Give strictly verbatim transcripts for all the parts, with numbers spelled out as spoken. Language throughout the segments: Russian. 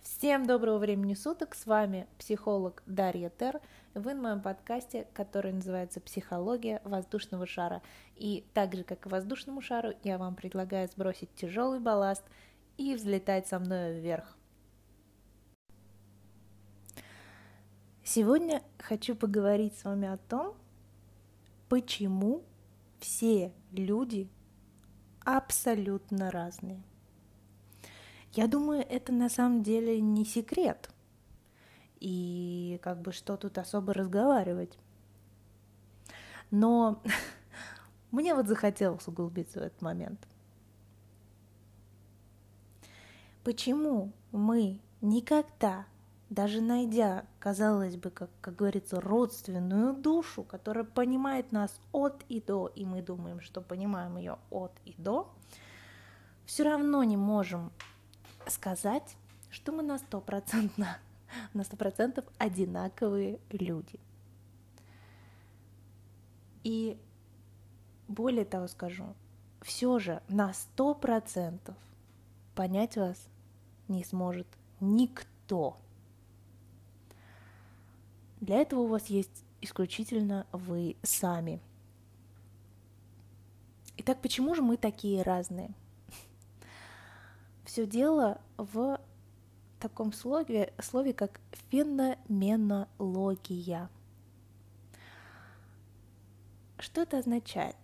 Всем доброго времени суток, с вами психолог Дарья Тер, вы на моем подкасте, который называется «Психология воздушного шара». И так же, как и воздушному шару, я вам предлагаю сбросить тяжелый балласт и взлетать со мной вверх. Сегодня хочу поговорить с вами о том, почему все люди абсолютно разные. Я думаю, это на самом деле не секрет. И как бы что тут особо разговаривать. Но мне вот захотелось углубиться в этот момент. Почему мы никогда, даже найдя, казалось бы, как, как говорится, родственную душу, которая понимает нас от и до, и мы думаем, что понимаем ее от и до, все равно не можем сказать, что мы на сто процентов, на сто процентов одинаковые люди. И более того скажу, все же на сто процентов понять вас не сможет никто. Для этого у вас есть исключительно вы сами. Итак, почему же мы такие разные? Все дело в таком слове, слове, как феноменология. Что это означает?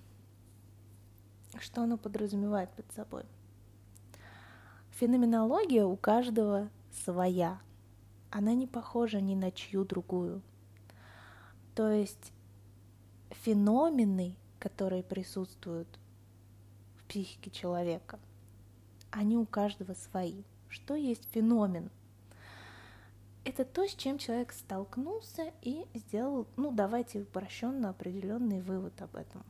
Что оно подразумевает под собой? Феноменология у каждого своя. Она не похожа ни на чью другую. То есть феномены, которые присутствуют в психике человека, они у каждого свои. Что есть феномен? Это то, с чем человек столкнулся и сделал, ну, давайте упрощенно определенный вывод об этом.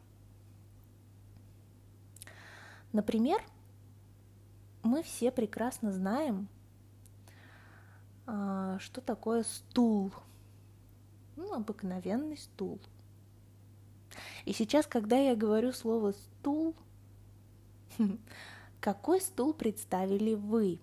Например, мы все прекрасно знаем, что такое стул. Ну, обыкновенный стул. И сейчас, когда я говорю слово «стул», какой стул представили вы?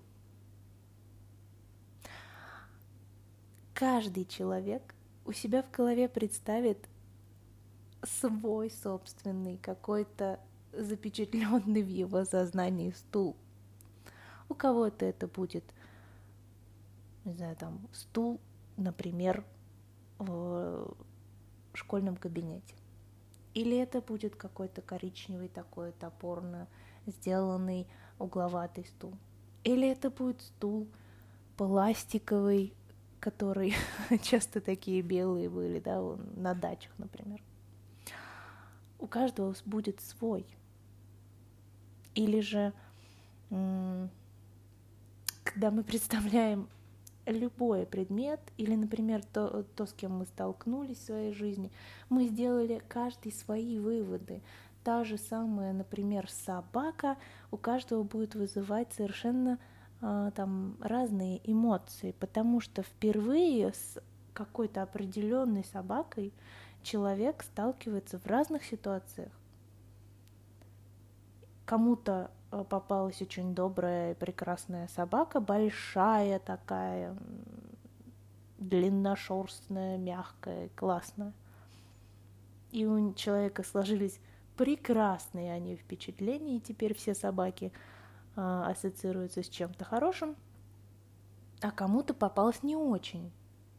Каждый человек у себя в голове представит свой собственный, какой-то запечатленный в его сознании стул. У кого-то это будет, не знаю, там, стул, например, в школьном кабинете. Или это будет какой-то коричневый такой топорно сделанный угловатый стул. Или это будет стул пластиковый, который часто такие белые были, да, на дачах, например. У каждого будет свой. Или же, когда мы представляем любой предмет, или, например, то, то, с кем мы столкнулись в своей жизни, мы сделали каждый свои выводы. Та же самая, например, собака у каждого будет вызывать совершенно а, там разные эмоции, потому что впервые с какой-то определенной собакой человек сталкивается в разных ситуациях. Кому-то попалась очень добрая и прекрасная собака, большая такая, длинношерстная, мягкая, классная. И у человека сложились прекрасные они впечатления, и теперь все собаки а, ассоциируются с чем-то хорошим, а кому-то попалось не очень.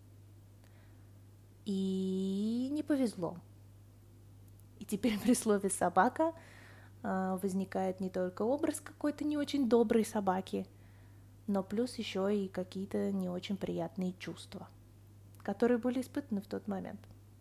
И не повезло. И теперь при слове «собака» а, возникает не только образ какой-то не очень доброй собаки, но плюс еще и какие-то не очень приятные чувства, которые были испытаны в тот момент.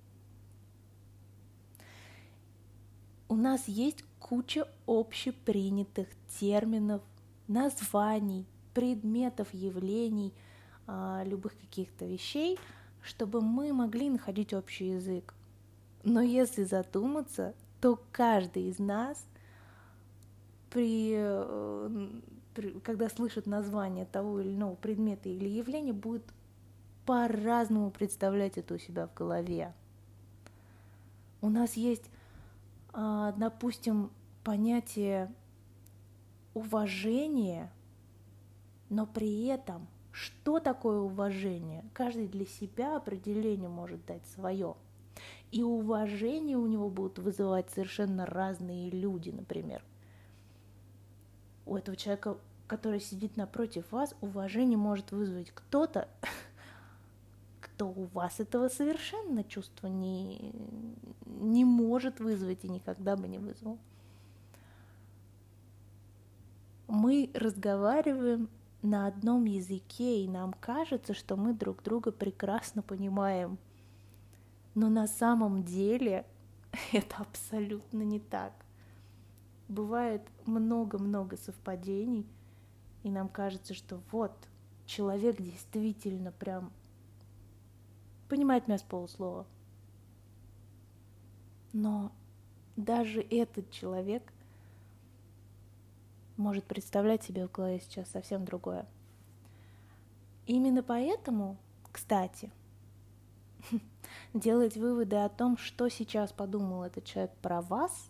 У нас есть куча общепринятых терминов, названий, предметов, явлений, любых каких-то вещей, чтобы мы могли находить общий язык. Но если задуматься, то каждый из нас, при, при, когда слышит название того или иного предмета или явления, будет по-разному представлять это у себя в голове. У нас есть, допустим, понятие уважения, но при этом Что такое уважение? Каждый для себя определение может дать свое. И уважение у него будут вызывать совершенно разные люди, например. У этого человека, который сидит напротив вас, уважение может вызвать кто-то, кто у вас этого совершенно чувства не, не может вызвать и никогда бы не вызвал. Мы разговариваем на одном языке, и нам кажется, что мы друг друга прекрасно понимаем. Но на самом деле это абсолютно не так. Бывает много-много совпадений, и нам кажется, что вот, человек действительно прям понимает меня с полуслова. Но даже этот человек может представлять себе в голове сейчас совсем другое. Именно поэтому, кстати, делать выводы о том, что сейчас подумал этот человек про вас,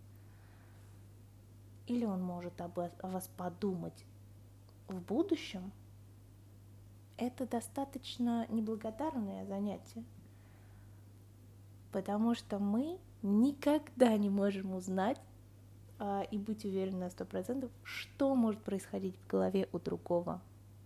или он может об, о вас подумать в будущем, это достаточно неблагодарное занятие, потому что мы никогда не можем узнать а, и быть уверены на сто процентов, что может происходить в голове у другого.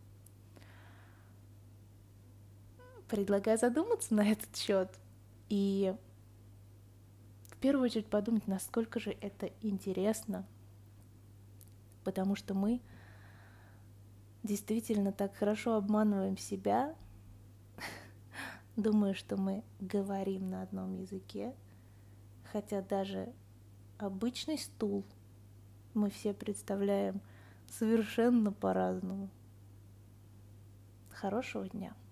Предлагаю задуматься на этот счет и в первую очередь подумать, насколько же это интересно, потому что мы действительно так хорошо обманываем себя, думая, что мы говорим на одном языке, хотя даже обычный стул мы все представляем совершенно по-разному. Хорошего дня!